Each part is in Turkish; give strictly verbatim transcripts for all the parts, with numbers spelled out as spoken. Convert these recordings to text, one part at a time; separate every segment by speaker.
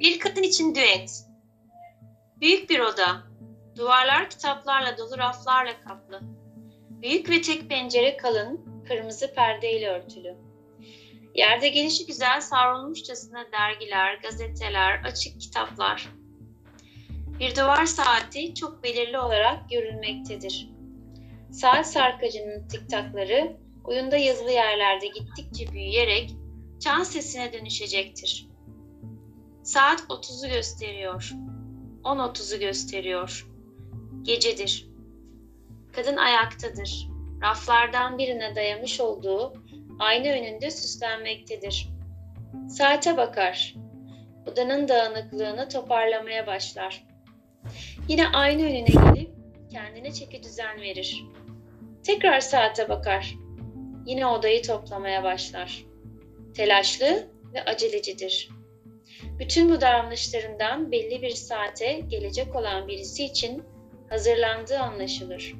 Speaker 1: Bir kadın için düet. Büyük bir oda. Duvarlar kitaplarla dolu, raflarla kaplı. Büyük ve tek pencere kalın, kırmızı perdeyle örtülü. Yerde gelişigüzel savrulmuşçasına dergiler, gazeteler, açık kitaplar. Bir duvar saati çok belirli olarak görülmektedir. Saat sarkacının tiktakları oyunda yazılı yerlerde gittikçe büyüyerek çan sesine dönüşecektir. Saat otuzu gösteriyor. On otuzu gösteriyor. Gecedir. Kadın ayaktadır. Raflardan birine dayamış olduğu ayna önünde süslenmektedir. Saate bakar. Odanın dağınıklığını toparlamaya başlar. Yine ayna önüne gelip kendine çeki düzen verir. Tekrar saate bakar. Yine odayı toplamaya başlar. Telaşlı ve acelecidir. Bütün bu davranışlarından belli bir saate gelecek olan birisi için hazırlandığı anlaşılır.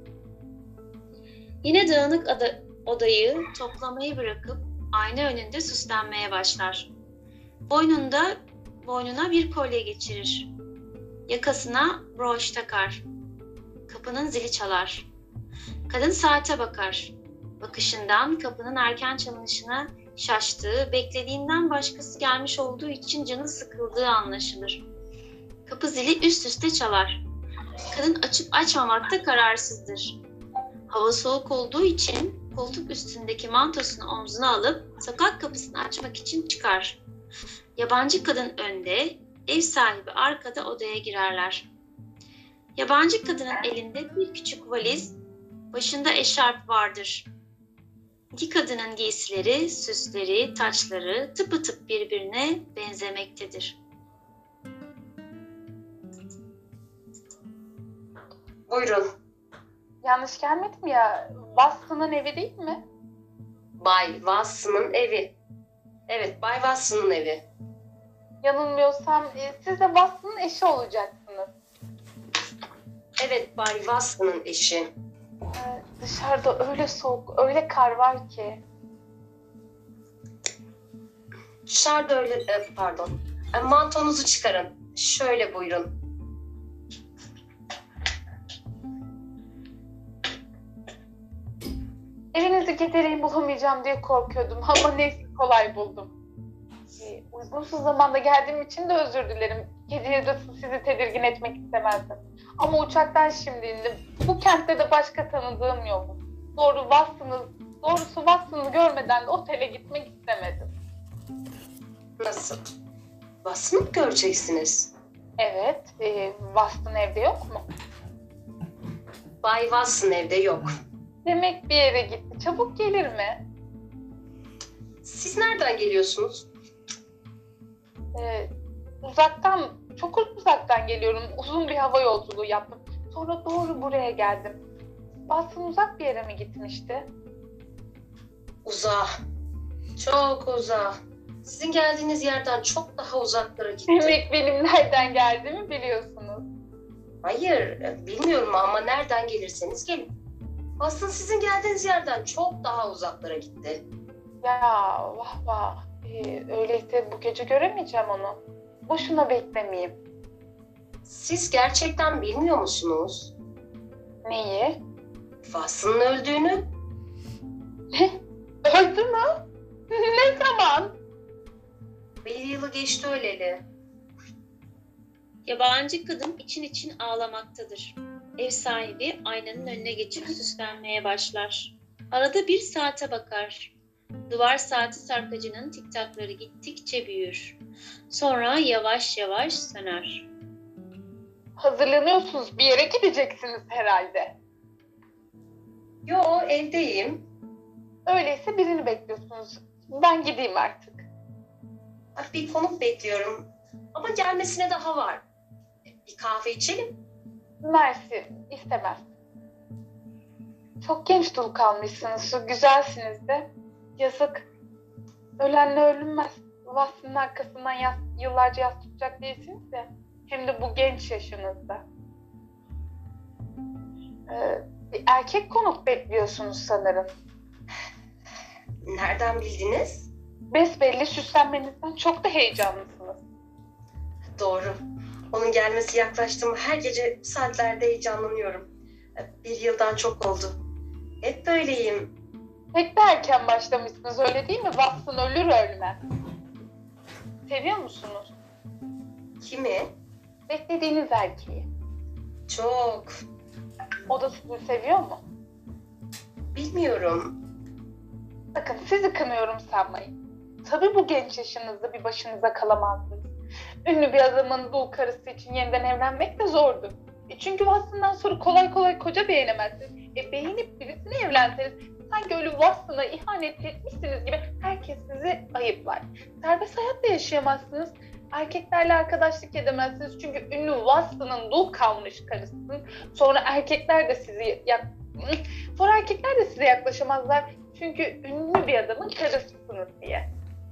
Speaker 1: Yine dağınık ada- odayı toplamayı bırakıp ayna önünde süslenmeye başlar. Boynunda boynuna bir kolye geçirir. Yakasına broş takar. Kapının zili çalar. Kadın saate bakar. Bakışından kapının erken çalınışına şaştığı, beklediğinden başkası gelmiş olduğu için canı sıkıldığı anlaşılır. Kapı zili üst üste çalar. Kadın açıp açmamakta kararsızdır. Hava soğuk olduğu için koltuk üstündeki mantosunu omzuna alıp sokak kapısını açmak için çıkar. Yabancı kadın önde, ev sahibi arkada odaya girerler. Yabancı kadının elinde bir küçük valiz, başında eşarp vardır. İki kadının giysileri, süsleri, taçları tıpatıp birbirine benzemektedir.
Speaker 2: Buyurun.
Speaker 3: Yanlış gelmedim ya. Watson'ın evi değil mi?
Speaker 2: Bay Watson'ın evi. Evet, Bay Watson'ın evi.
Speaker 3: Yanılmıyorsam e, siz de Watson'ın eşi olacaksınız.
Speaker 2: Evet, Bay Watson'ın eşi.
Speaker 3: Ee, dışarıda öyle soğuk, öyle kar var ki.
Speaker 2: Dışarıda öyle, e, pardon. E, mantonuzu çıkarın. Şöyle buyurun.
Speaker 3: Evinizi getireyim bulamayacağım diye korkuyordum ama neyse kolay buldum. Ee, uygunsuz zamanda geldiğim için de özür dilerim. Gece yarısı sizi tedirgin etmek istemezdim. Ama uçaktan şimdi indim. Bu kentte de başka tanıdığım yok. Doğru Watson'ı, doğrusu Watson'ı görmeden de otele gitmek istemedim.
Speaker 2: Nasıl? Watson'ı mı göreceksiniz?
Speaker 3: Evet, e, Watson evde yok mu?
Speaker 2: Bay Watson evde yok.
Speaker 3: Demek bir yere gitti. Çabuk gelir mi?
Speaker 2: Siz nereden geliyorsunuz?
Speaker 3: Ee, uzaktan, çok uzaktan geliyorum. Uzun bir hava yolculuğu yaptım. Sonra doğru buraya geldim. Watson uzak bir yere mi gitmişti?
Speaker 2: Uzağa. Çok uzağa. Sizin geldiğiniz yerden çok daha uzaklara gitti.
Speaker 3: Demek benim nereden geldiğimi biliyorsunuz.
Speaker 2: Hayır, bilmiyorum ama nereden gelirseniz gelin. Aslında sizin geldiğiniz yerden çok daha uzaklara gitti.
Speaker 3: Ya vah vah. Ee, öyleyse bu gece göremeyeceğim onu. Boşuna beklemeyeyim.
Speaker 2: Siz gerçekten bilmiyor musunuz?
Speaker 3: Neyi?
Speaker 2: Watson'ın öldüğünü?
Speaker 3: Öldü mü? Ne zaman?
Speaker 2: Bir yılı geçti öleli.
Speaker 1: Yabancı kadın için için ağlamaktadır. Ev sahibi aynanın önüne geçip süslenmeye başlar. Arada bir saate bakar. Duvar saati sarkacının tiktakları gittikçe büyür. Sonra yavaş yavaş söner.
Speaker 3: Hazırlanıyorsunuz. Bir yere gideceksiniz herhalde.
Speaker 2: Yo, evdeyim.
Speaker 3: Öyleyse birini bekliyorsunuz. Ben gideyim artık.
Speaker 2: Bir konuk bekliyorum. Ama gelmesine daha var. Bir kahve içelim.
Speaker 3: Mersi, istemez. Çok genç dul kalmışsınız, güzelsiniz de. Yazık. Ölenle ölünmez. Watson'ın arkasından yas, yıllarca yas tutacak değilsiniz de. Hem de bu genç yaşınızda. Ee, bir erkek konuk bekliyorsunuz sanırım.
Speaker 2: Nereden bildiniz?
Speaker 3: Besbelli süslenmenizden çok da heyecanlısınız.
Speaker 2: Doğru. Onun gelmesi yaklaştı mı her gece bu saatlerde heyecanlanıyorum. Bir yıldan çok oldu. Hep böyleyim.
Speaker 3: Pek de erken başlamışsınız öyle değil mi? Watson ölür ölmez. Seviyor musunuz?
Speaker 2: Kimi?
Speaker 3: Beklediğiniz erkeği.
Speaker 2: Çok.
Speaker 3: O da sizi seviyor mu?
Speaker 2: Bilmiyorum.
Speaker 3: Bakın sizi kınıyorum sanmayın. Tabii bu genç yaşınızda bir başınıza kalamazdınız. Ünlü bir adamın dul karısı için yeniden evlenmek de zordu. E çünkü Watson'dan sonra kolay kolay koca beğenemezsiniz. E beğenip birisini evlenseniz sanki öyle Watson'a ihanet etmişsiniz gibi herkes sizi ayıplar. Serbest hayat da yaşayamazsınız. Erkeklerle arkadaşlık edemezsiniz çünkü ünlü Watson'ın dul kalmış karısısınız. Sonra erkekler de sizi yak... sonra erkekler de size yaklaşamazlar çünkü ünlü bir adamın karısısınız diye.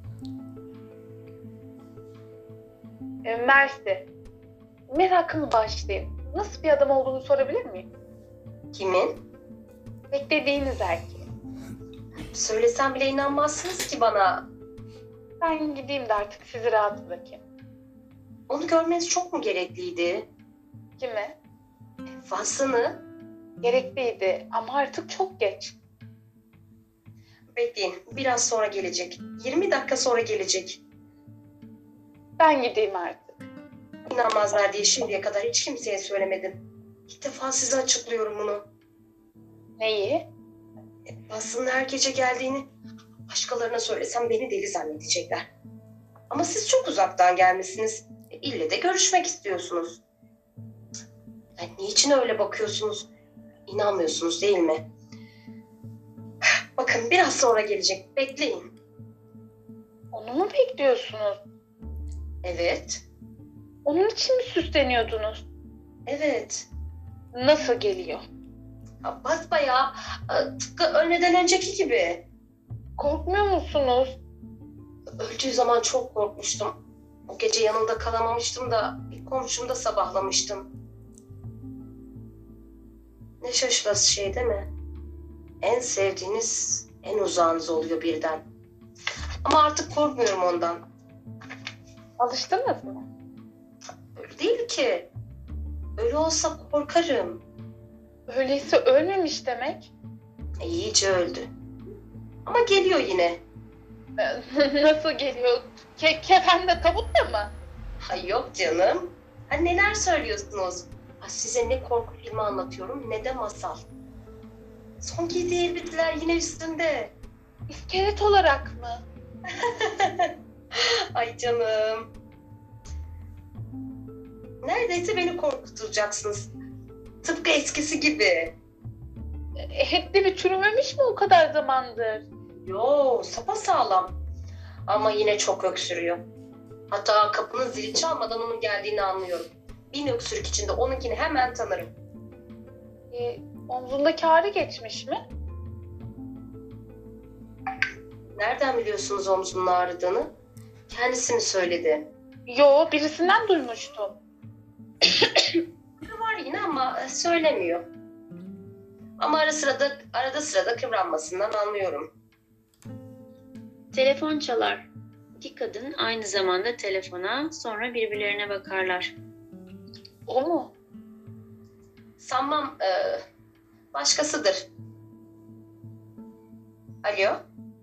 Speaker 3: E, Mersi, merakımı bağışlayın. Nasıl bir adam olduğunu sorabilir miyim?
Speaker 2: Kimin?
Speaker 3: Beklediğiniz erkeği.
Speaker 2: Söylesem bile inanmazsınız ki bana.
Speaker 3: Ben gideyim de artık sizi rahat bırakayım.
Speaker 2: Onu görmeniz çok mu gerekliydi?
Speaker 3: Kimi?
Speaker 2: Watson'ı?
Speaker 3: Gerekliydi ama artık çok geç.
Speaker 2: Bekleyin. Biraz sonra gelecek. yirmi dakika sonra gelecek.
Speaker 3: Ben gideyim artık.
Speaker 2: İnanmazlar diye şimdiye kadar hiç kimseye söylemedim. İlk defa size açıklıyorum bunu.
Speaker 3: Neyi?
Speaker 2: Watson'ın her gece geldiğini başkalarına söylesem beni deli zannedecekler. Ama siz çok uzaktan gelmişsiniz. E, İlle de görüşmek istiyorsunuz. Ya, niçin öyle bakıyorsunuz? İnanmıyorsunuz değil mi? Bakın biraz sonra gelecek. Bekleyin.
Speaker 3: Onu mu bekliyorsunuz?
Speaker 2: Evet.
Speaker 3: Onun için mi süsleniyordunuz?
Speaker 2: Evet.
Speaker 3: Nasıl geliyor?
Speaker 2: Ya, basbayağı e, tıpkı ölmeden önceki gibi.
Speaker 3: Korkmuyor musunuz?
Speaker 2: Öldüğü zaman çok korkmuştum. O gece yanında kalamamıştım da bir komşumda sabahlamıştım. Ne şaşırası şey değil mi? En sevdiğiniz en uzağınız oluyor birden. Ama artık korkmuyorum ondan.
Speaker 3: Alıştınız mı?
Speaker 2: Öyle değil ki. Öyle olsa korkarım.
Speaker 3: Öyleyse ölmemiş demek.
Speaker 2: E, iyice öldü. Ama geliyor yine.
Speaker 3: Nasıl geliyor? Ke kefende tabutta mı?
Speaker 2: Ha yok canım. Ha, neler söylüyorsunuz? Ha, size ne korku filmi anlatıyorum ne de masal. Son giydiği elbiseler yine üstünde.
Speaker 3: İskelet olarak mı?
Speaker 2: Ay canım. Neredeyse beni korkutacaksınız. Tıpkı eskisi gibi.
Speaker 3: Etleri çürümemiş mi o kadar zamandır?
Speaker 2: Yo, sapasağlam. Ama yine çok öksürüyor. Hatta kapının zili çalmadan onun geldiğini anlıyorum. Bin öksürük içinde onunkini hemen tanırım.
Speaker 3: E, omzundaki ağrı geçmiş mi?
Speaker 2: Nereden biliyorsunuz omzunun ağrıdığını? Kendisi mi söyledi?
Speaker 3: Yo, birisinden duymuştum.
Speaker 2: Var yine ama söylemiyor. Ama ara sırada, arada sırada kıvranmasından anlıyorum.
Speaker 1: Telefon çalar. İki kadın aynı zamanda telefona, sonra birbirlerine bakarlar.
Speaker 3: O mu?
Speaker 2: Sanmam e, başkasıdır. Alo?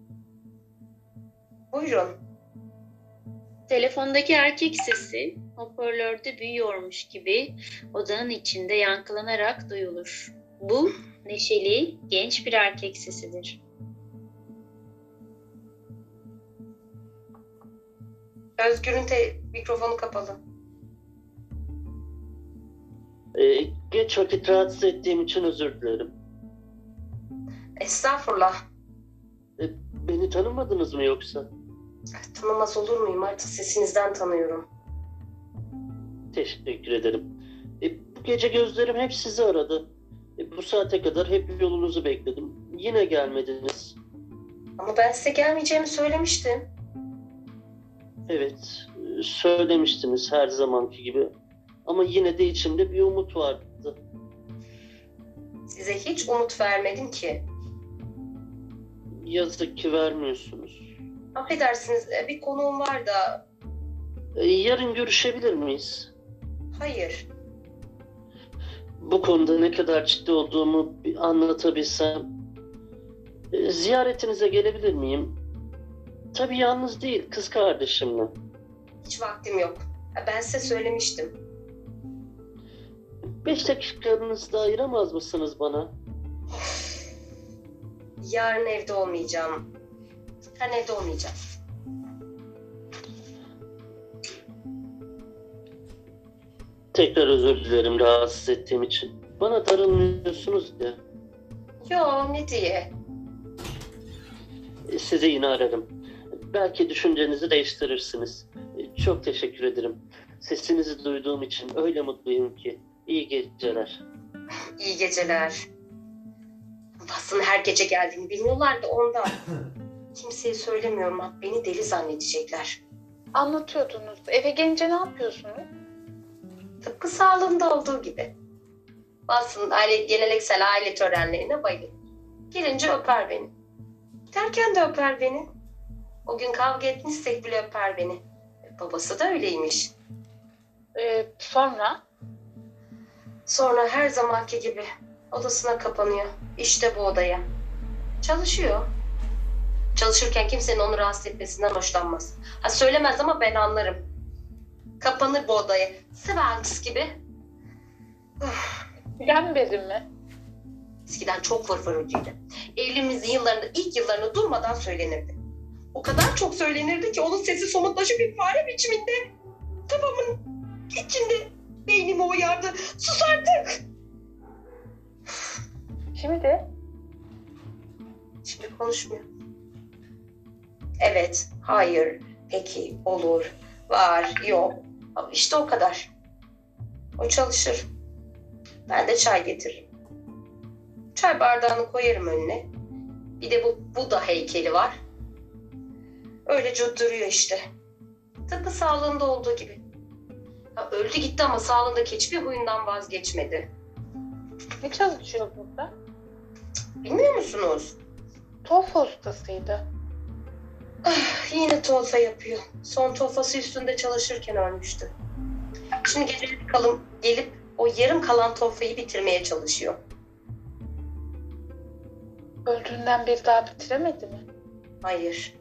Speaker 2: Buyurun.
Speaker 1: Telefondaki erkek sesi hoparlörde büyüyormuş gibi odanın içinde yankılanarak duyulur. Bu neşeli, genç bir erkek sesidir.
Speaker 2: Özgür'ün te- mikrofonu kapalı.
Speaker 4: Ee, geç vakit rahatsız ettiğim için özür dilerim.
Speaker 2: Estağfurullah.
Speaker 4: Ee, beni tanımadınız mı yoksa?
Speaker 2: Tanımaz olur muyum? Artık sesinizden tanıyorum.
Speaker 4: Teşekkür ederim. Ee, bu gece gözlerim hep sizi aradı. Ee, bu saate kadar hep yolunuzu bekledim. Yine gelmediniz.
Speaker 2: Ama ben size gelmeyeceğimi söylemiştim.
Speaker 4: Evet, e, söylemiştiniz her zamanki gibi. Ama yine de içimde bir umut vardı.
Speaker 2: Size hiç umut vermedim ki.
Speaker 4: Yazık ki vermiyorsunuz.
Speaker 2: Affedersiniz, bir konuğum var da
Speaker 4: E, yarın görüşebilir miyiz?
Speaker 2: Hayır.
Speaker 4: Bu konuda ne kadar ciddi olduğumu bir anlatabilsem. E, ziyaretinize gelebilir miyim? Tabii yalnız değil, kız kardeşimle.
Speaker 2: Hiç vaktim yok. Ben size söylemiştim.
Speaker 4: Beş dakikanızı da ayıramaz mısınız bana?
Speaker 2: Yarın evde olmayacağım. Ben evde olmayacağım.
Speaker 4: Tekrar özür dilerim rahatsız ettiğim için. Bana darılmıyorsunuz ya.
Speaker 2: Yo, ne diye?
Speaker 4: E, Sizi yine ararım. Belki düşüncenizi değiştirirsiniz. E, Çok teşekkür ederim. Sesinizi duyduğum için öyle mutluyum ki. İyi geceler.
Speaker 2: İyi geceler. Aslında her gece geldiğini bilmiyorlar da ondan. Kimseye söylemiyorum ha. Beni deli zannedecekler.
Speaker 3: Anlatıyordunuz. Eve gelince ne yapıyorsunuz?
Speaker 2: Tıpkı sağlığımda olduğu gibi. Aslında aile, geleneksel aile törenlerine bayılır. Gelince öper beni. Giderken de öper beni. O gün kavga etmişsek bile öper beni. Babası da öyleymiş.
Speaker 3: Ee, sonra?
Speaker 2: Sonra her zamanki gibi odasına kapanıyor. İşte bu odaya. Çalışıyor. Çalışırken kimsenin onu rahatsız etmesinden hoşlanmaz. Ha söylemez ama ben anlarım. Kapanır bu odaya. Sphinx gibi.
Speaker 3: Gülen beri mi?
Speaker 2: Eskiden çok fırfırıcıydı. Evliliğimizin yıllarında, ilk yıllarında durmadan söylenirdi. O kadar çok söylenirdi ki onun sesi somutlaşıp bir fare biçiminde kafamın içinde beynimi uyardı. Sus artık!
Speaker 3: Şimdi?
Speaker 2: Şimdi konuşmuyor. Evet, hayır, peki, olur, var, yok. İşte o kadar. O çalışır. Ben de çay getiririm. Çay bardağını koyarım önüne. Bir de bu Buda heykeli var. Öylece duruyor işte. Tıpkı sağlığında olduğu gibi. Ha, öldü gitti ama sağlığındaki hiçbir huyundan vazgeçmedi.
Speaker 3: Ne çalışıyor burada?
Speaker 2: Bilmiyor musunuz?
Speaker 3: Tuhaf ustasıydı.
Speaker 2: Ah, yine tolfa yapıyor. Son tolfası üstünde çalışırken ölmüştü. Şimdi gece kalın gelip o yarım kalan tolfayı bitirmeye çalışıyor.
Speaker 3: Öldüğünden beri daha bitiremedi mi?
Speaker 2: Hayır.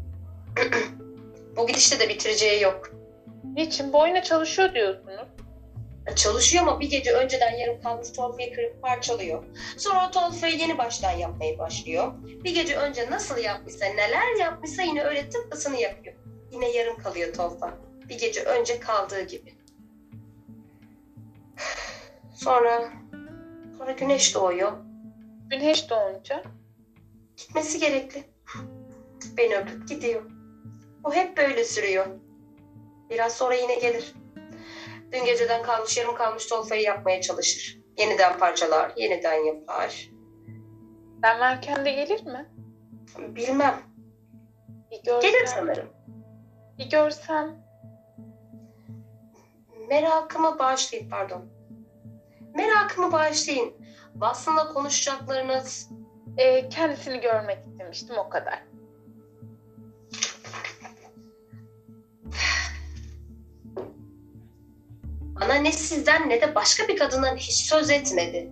Speaker 2: Bu gidişte de bitireceği yok.
Speaker 3: Niçin? Boyuna çalışıyor diyorsunuz.
Speaker 2: Çalışıyor ama bir gece önceden yarım kalmış tolfayı kırıp parçalıyor. Sonra o tolfayı yeni baştan yapmaya başlıyor. Bir gece önce nasıl yapmışsa, neler yapmışsa yine öyle tıpkısını yapıyor. Yine yarım kalıyor tolfa. Bir gece önce kaldığı gibi. Sonra, sonra güneş doğuyor.
Speaker 3: Güneş doğunca.
Speaker 2: Gitmesi gerekli. Beni öpüp gidiyor. Bu hep böyle sürüyor. Biraz sonra yine gelir. Dün geceden kalmış, yarım kalmış tolfayı yapmaya çalışır. Yeniden parçalar, yeniden yapar.
Speaker 3: Ben varken de gelir mi?
Speaker 2: Bilmem.
Speaker 3: Bir görsem.
Speaker 2: Gelir sanırım.
Speaker 3: Bir görsem.
Speaker 2: Merakımı bağışlayın, pardon. Merakımı bağışlayın. Aslında konuşacaklarınız...
Speaker 3: E, kendisini görmek istemiştim, o kadar.
Speaker 2: Bana ne sizden ne de başka bir kadından hiç söz etmedi.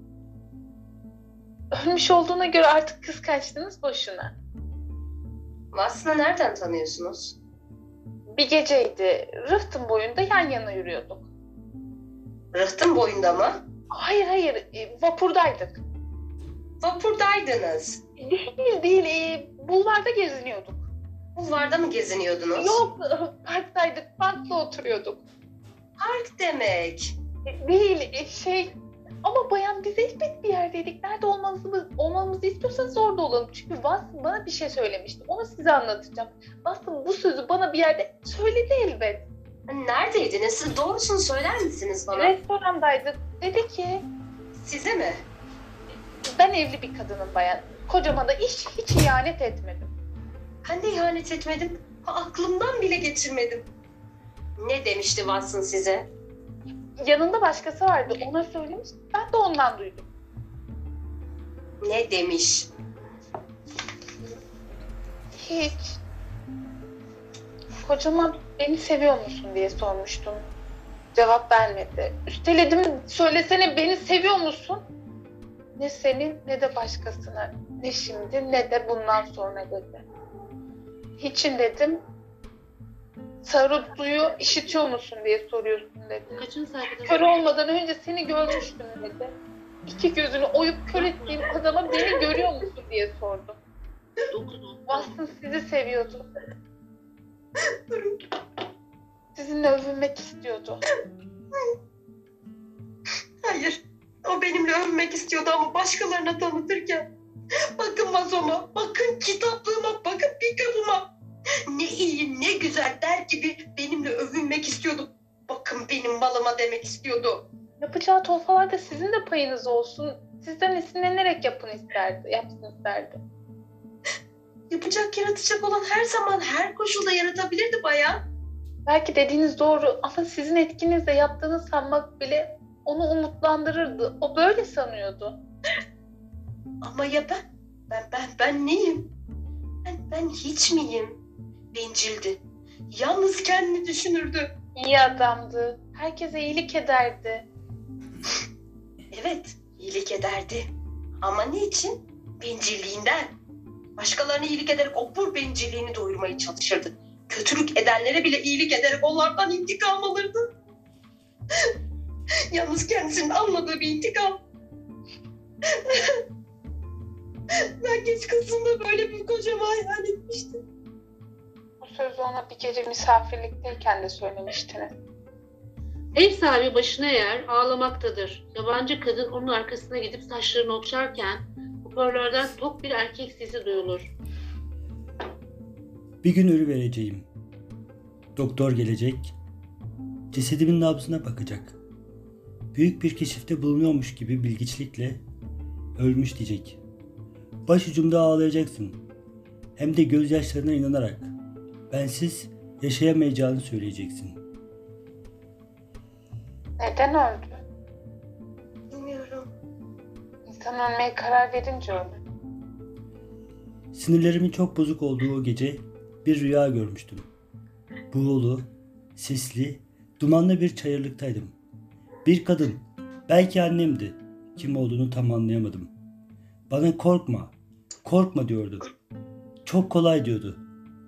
Speaker 3: Ölmüş olduğuna göre artık kıskançlığınız boşuna.
Speaker 2: Aslında nereden tanıyorsunuz?
Speaker 3: Bir geceydi. Rıhtım boyunda yan yana yürüyorduk.
Speaker 2: Rıhtım boyunda mı?
Speaker 3: Hayır hayır, e, vapurdaydık.
Speaker 2: Vapurdaydınız.
Speaker 3: Değil değil, e, bulvarda geziniyorduk.
Speaker 2: Bulvarda mı geziniyordunuz?
Speaker 3: Yok, parktaydık, parkta oturuyorduk.
Speaker 2: Park demek.
Speaker 3: E, Değil, e, şey... Ama bayan biz elbet bir yerdeydik. Nerede olmamızı, olmamızı istiyorsanız orada olalım. Çünkü Watson bana bir şey söylemişti. Onu size anlatacağım. Watson bu sözü bana bir yerde söyledi elbet.
Speaker 2: Neredeydiniz? Siz doğrusunu söyler misiniz bana?
Speaker 3: Restorandaydık. Dedi ki,
Speaker 2: Size mi?
Speaker 3: ben evli bir kadınım bayan. Kocama da hiç, hiç ihanet etmedim.
Speaker 2: Ben de ihanet etmedim. Ha, aklımdan bile geçirmedim. Ne demişti Watson size?
Speaker 3: Yanında başkası vardı. Ona söylemiş. Ben de ondan duydum.
Speaker 2: Ne demiş?
Speaker 3: Hiç. Kocama beni seviyor musun diye sormuştum. Cevap vermedi. Üsteledim, söylesene beni seviyor musun? Ne seni ne de başkasını. Ne şimdi ne de bundan sonra dedi. Hiçin dedim. Sarıduyu işitiyor musun diye soruyorsun dedi.
Speaker 1: Kaçıncı sayfada?
Speaker 3: Kör olmadan önce seni görmüştüm dedi. İki gözünü oyup kör ettiğim adama beni görüyor musun diye sordu.
Speaker 1: dokuz.
Speaker 3: Watson sizi seviyordu. Sizinle övünmek istiyordu.
Speaker 2: Hayır. O benimle övünmek istiyordu ama başkalarına tanıtırken. Bakın vazoma, bakın kitaplığıma, bakın pikabıma. Ne iyi, ne güzel der gibi benimle övünmek istiyordu. Bakın benim malıma demek istiyordu.
Speaker 3: Yapacağı tolfalarda sizin de payınız olsun. Sizden esinlenerek yapın isterdi, yapsın isterdi.
Speaker 2: Yapacak, yaratacak olan her zaman, her koşulda yaratabilirdi bayan.
Speaker 3: Belki dediğiniz doğru ama sizin etkinizle yaptığını sanmak bile onu umutlandırırdı. O böyle sanıyordu.
Speaker 2: Ama ya ben? Ben, ben, ben neyim? Ben, ben hiç miyim? Bencildi. Yalnız kendini düşünürdü.
Speaker 3: İyi adamdı. Herkese iyilik ederdi.
Speaker 2: Evet, iyilik ederdi. Ama niçin? Bencilliğinden. Başkalarına iyilik ederek o pur bencilliğini doyurmaya çalışırdı. Kötülük edenlere bile iyilik ederek onlardan intikam alırdı. Yalnız kendisinin almadığı bir intikam. Ben genç kızımda böyle bir kocamı hayal etmiştim.
Speaker 3: Bu sözü ona bir gece misafirlikteyken de söylemiştiniz.
Speaker 5: Ev sahibi başına eğer ağlamaktadır. Yabancı kadın onun arkasına gidip saçlarını okşarken hoparlörden tok bir erkek sesi duyulur.
Speaker 6: Bir gün ölü vereceğim. Doktor gelecek. Cesedimin nabzına bakacak. Büyük bir keşifte bulunuyormuş gibi bilgiçlikle ölmüş diyecek. Başucumda ağlayacaksın. Hem de gözyaşlarına inanarak. Bensiz yaşayamayacağını söyleyeceksin.
Speaker 3: Neden öldü?
Speaker 2: Bilmiyorum.
Speaker 3: İnsan ölmeye karar verince ölür.
Speaker 6: Sinirlerimin çok bozuk olduğu o gece bir rüya görmüştüm. Buğulu, sisli, dumanlı bir çayırlıktaydım. Bir kadın, belki annemdi. Kim olduğunu tam anlayamadım. Bana korkma, korkma diyordu. Çok kolay diyordu.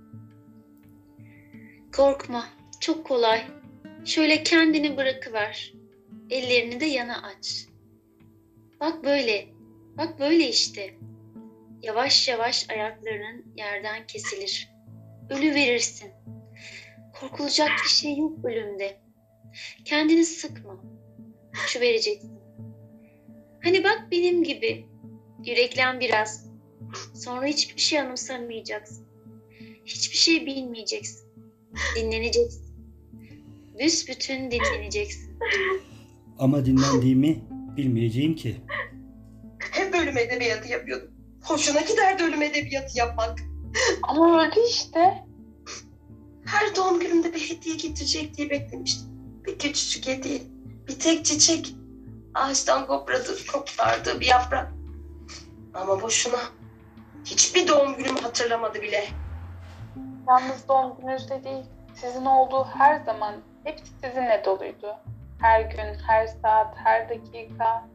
Speaker 1: Korkma, çok kolay. Şöyle kendini bırakıver. Ellerini de yana aç. Bak böyle, bak böyle işte. Yavaş yavaş ayaklarının yerden kesilir. Ölü verirsin. Korkulacak bir şey yok ölümde. Kendini sıkma. Uçu vereceksin. Hani bak benim gibi. Yüreklen biraz. Sonra hiçbir şey anımsamayacaksın. Hiçbir şey bilmeyeceksin. Dinleneceksin. Büsbütün dinleneceksin.
Speaker 6: Ama dinlendiğimi bilmeyeceğim ki.
Speaker 2: Hep ölüm edebiyatı yapıyordum. Hoşuna giderdi ölüm edebiyatı yapmak.
Speaker 3: Ama öldü işte.
Speaker 2: Her doğum günümde bir hediye getirecek diye beklemiştim. Bir küçücük hediye. Bir tek çiçek. Ağaçtan kopardığı, kopardığı bir yaprak. Ama boşuna. Hiçbir doğum günümü hatırlamadı bile.
Speaker 3: Yalnız doğum gününüzde değil, sizin olduğu her zaman hepsi sizinle doluydu. Her gün, her saat, her dakika.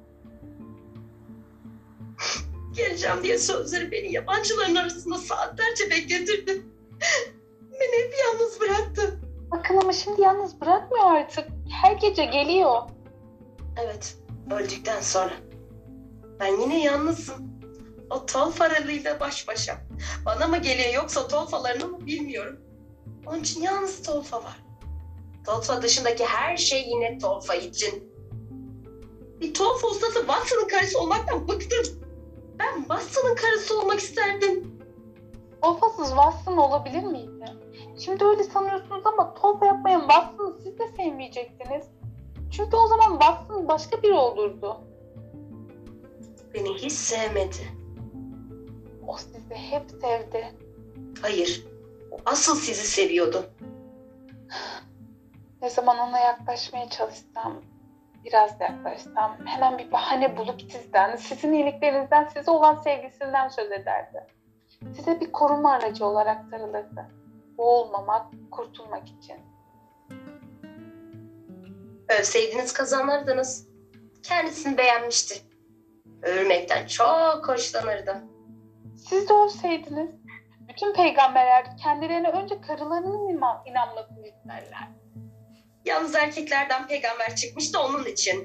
Speaker 2: Geleceğim diye sözleri beni yabancıların arasında saatlerce bekletirdi. Beni hep yalnız bıraktı.
Speaker 3: Bakın ama şimdi yalnız bırakmıyor artık. Her gece geliyor.
Speaker 2: Evet, öldükten sonra. Ben yine yalnızım. O tolfaralıyla baş başa. Bana mı geliyor yoksa tolfalarını mı bilmiyorum. Onun için yalnız tolfa var. Tolfa dışındaki her şey yine tolfa için. Bir tolfa ustası Watson'ın karısı olmaktan bıktım. Ben Watson'ın karısı olmak isterdim.
Speaker 3: Tolfasız Watson olabilir miydi? Şimdi öyle sanıyorsunuz ama tolfa yapmayan Watson'ı siz de sevmeyecektiniz. Çünkü o zaman Watson başka biri olurdu.
Speaker 2: Beni hiç sevmedi.
Speaker 3: O sizi hep sevdi.
Speaker 2: Hayır, o asıl sizi seviyordu.
Speaker 3: Ne zaman ona yaklaşmaya çalışsam, biraz yaklaşsam hemen bir bahane bulup sizden, sizin iyiliklerinizden, size olan sevgisinden söz ederdi. Size bir koruma aracı olarak sarılırdı. Boğulmamak, kurtulmak için.
Speaker 2: Ölseydiniz kazanırdınız. Kendisini beğenmişti. Ölmekten çok hoşlanırdı.
Speaker 3: Siz de olsaydınız, bütün peygamberler kendilerine önce karılarının iman, inanmasını isterler.
Speaker 2: Yalnız erkeklerden peygamber çıkmış da onun için.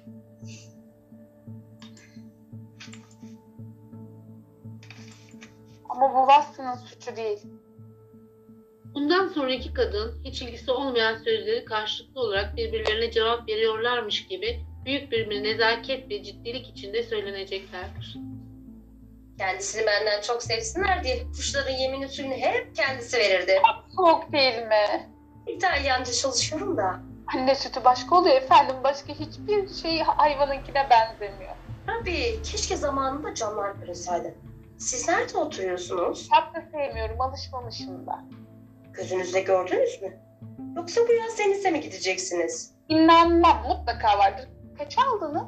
Speaker 3: Ama bu Watson'ın suçu değil.
Speaker 5: Bundan sonra iki kadın hiç ilgisi olmayan sözleri karşılıklı olarak birbirlerine cevap veriyorlarmış gibi büyük bir nezaket ve ciddilik içinde söyleneceklerdir.
Speaker 2: Kendisini benden çok sevsinler diye kuşların yemin usulünü hep kendisi verirdi.
Speaker 3: Soğuk değil mi?
Speaker 2: İtalyanca çalışıyorum da.
Speaker 3: Anne sütü başka oluyor efendim. Başka hiçbir şey hayvanınkine benzemiyor.
Speaker 2: Tabii keşke zamanında camlar kırılsaydı. Siz nerede oturuyorsunuz?
Speaker 3: Kitap da sevmiyorum, alışmamışım da.
Speaker 2: Gözünüzle gördünüz mü? Yoksa bu yaz denize mi gideceksiniz?
Speaker 3: İnanmam, mutlaka vardır. Kaç aldınız?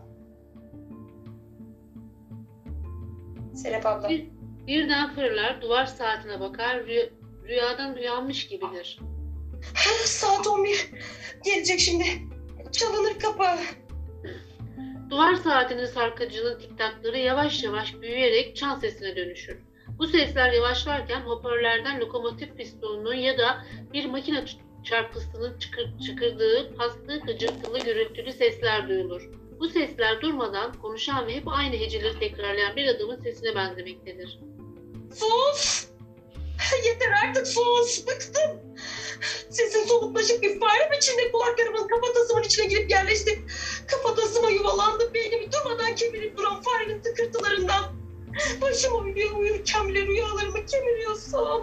Speaker 2: Serap abla.
Speaker 5: Bir, birden fırlar, duvar saatine bakar, rüy- rüyadan uyanmış gibidir.
Speaker 2: Saat on bir. Gelecek şimdi. Çalınır kapı.
Speaker 5: Duvar saatinin sarkacının tiktakları yavaş yavaş büyüyerek çan sesine dönüşür. Bu sesler yavaşlarken hoparlörlerden lokomotif pistonunun ya da bir makine çarpısının çıkır, çıkırdığı, paslı, gıcırtılı, gürültülü sesler duyulur. Bu sesler durmadan konuşan ve hep aynı heceleri tekrarlayan bir adamın sesine benzemektedir.
Speaker 2: Sus! Yeter artık sus! Bıktım! Sesin soluklaşıp bir fare biçimde kulaklarımın kafatasımın içine girip yerleşti. Kafatasıma yuvalandı, beynimi durmadan kemirip duran farenin tıkırtılarından. Başım uyuyor uyurken bile rüyalarımı kemiriyorsun.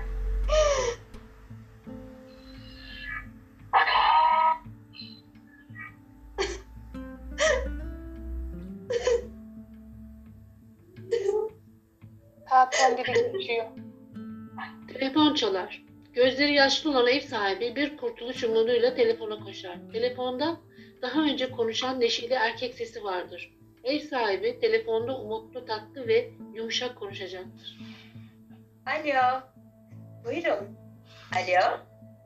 Speaker 3: Saat on biri geçiyor.
Speaker 5: Telefon çalar. Gözleri yaşlı olan ev sahibi bir kurtuluş umuduyla telefona koşar. Telefonda daha önce konuşan neşeli erkek sesi vardır. Ev sahibi telefonda umutlu, tatlı ve yumuşak konuşacaktır.
Speaker 2: Alo. Buyurun. Alo.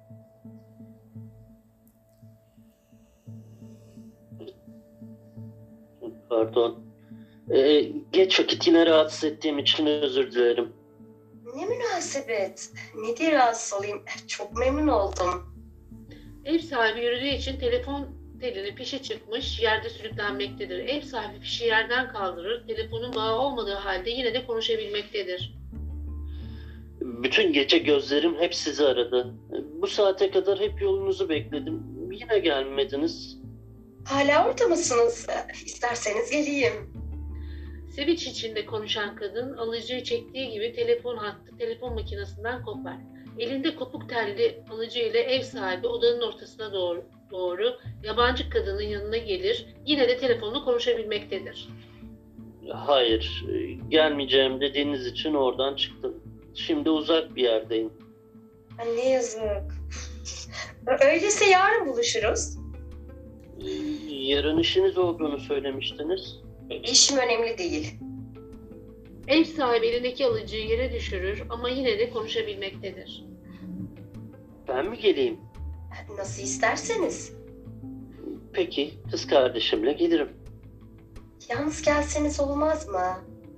Speaker 4: Pardon. Ee, geç vakit yine rahatsız ettiğim için özür dilerim.
Speaker 2: Ne münasebet. Ne diye rahatsız olayım? Çok memnun oldum.
Speaker 5: Ev sahibi yürüdüğü için telefon telini fişe çıkmış, yerde sürüklenmektedir. Ev sahibi fişi yerden kaldırır, telefonun bağı olmadığı halde yine de konuşabilmektedir.
Speaker 4: Bütün gece gözlerim hep sizi aradı. Bu saate kadar hep yolunuzu bekledim. Yine gelmediniz.
Speaker 2: Hala orada mısınız? İsterseniz geleyim.
Speaker 5: Sevinç içinde konuşan kadın alıcıyı çektiği gibi telefon hattı telefon makinesinden kopar. Elinde kopuk telli alıcı ile ev sahibi odanın ortasına doğru, doğru yabancı kadının yanına gelir. Yine de telefonla konuşabilmektedir.
Speaker 4: Hayır, gelmeyeceğim dediğiniz için oradan çıktım. Şimdi uzak bir yerdeyim.
Speaker 2: Ha, ne yazık. Öyleyse yarın buluşuruz.
Speaker 4: Yarın işiniz olduğunu söylemiştiniz.
Speaker 2: İşim önemli değil.
Speaker 5: Ev sahibi elindeki alıcıyı yere düşürür ama yine de konuşabilmektedir.
Speaker 4: Ben mi geleyim?
Speaker 2: Nasıl isterseniz.
Speaker 4: Peki, kız kardeşimle gelirim.
Speaker 2: Yalnız gelseniz olmaz mı?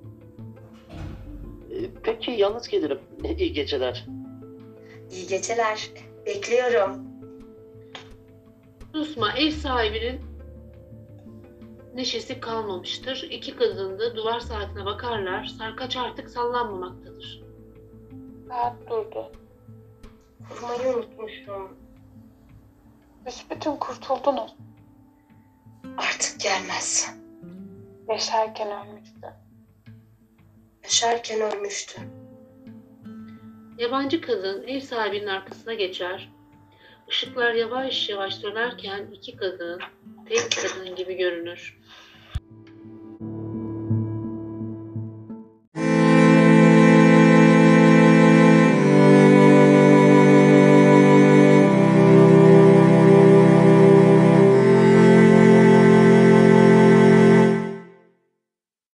Speaker 4: Peki, yalnız gelirim. İyi geceler.
Speaker 2: İyi geceler. Bekliyorum.
Speaker 5: Susma, ev sahibinin neşesi kalmamıştır. İki kadın da duvar saatine bakarlar. Sarkaç artık sallanmamaktadır.
Speaker 3: Saat durdu.
Speaker 2: Kurmayı unutmuşum.
Speaker 3: Büsbütün kurtuldunuz.
Speaker 2: Artık gelmez.
Speaker 3: Yaşarken ölmüştü.
Speaker 2: Yaşarken ölmüştü.
Speaker 5: Yabancı kadın ev sahibinin arkasına geçer. Işıklar yavaş yavaş sönerken iki kadın tek kadın gibi görünür.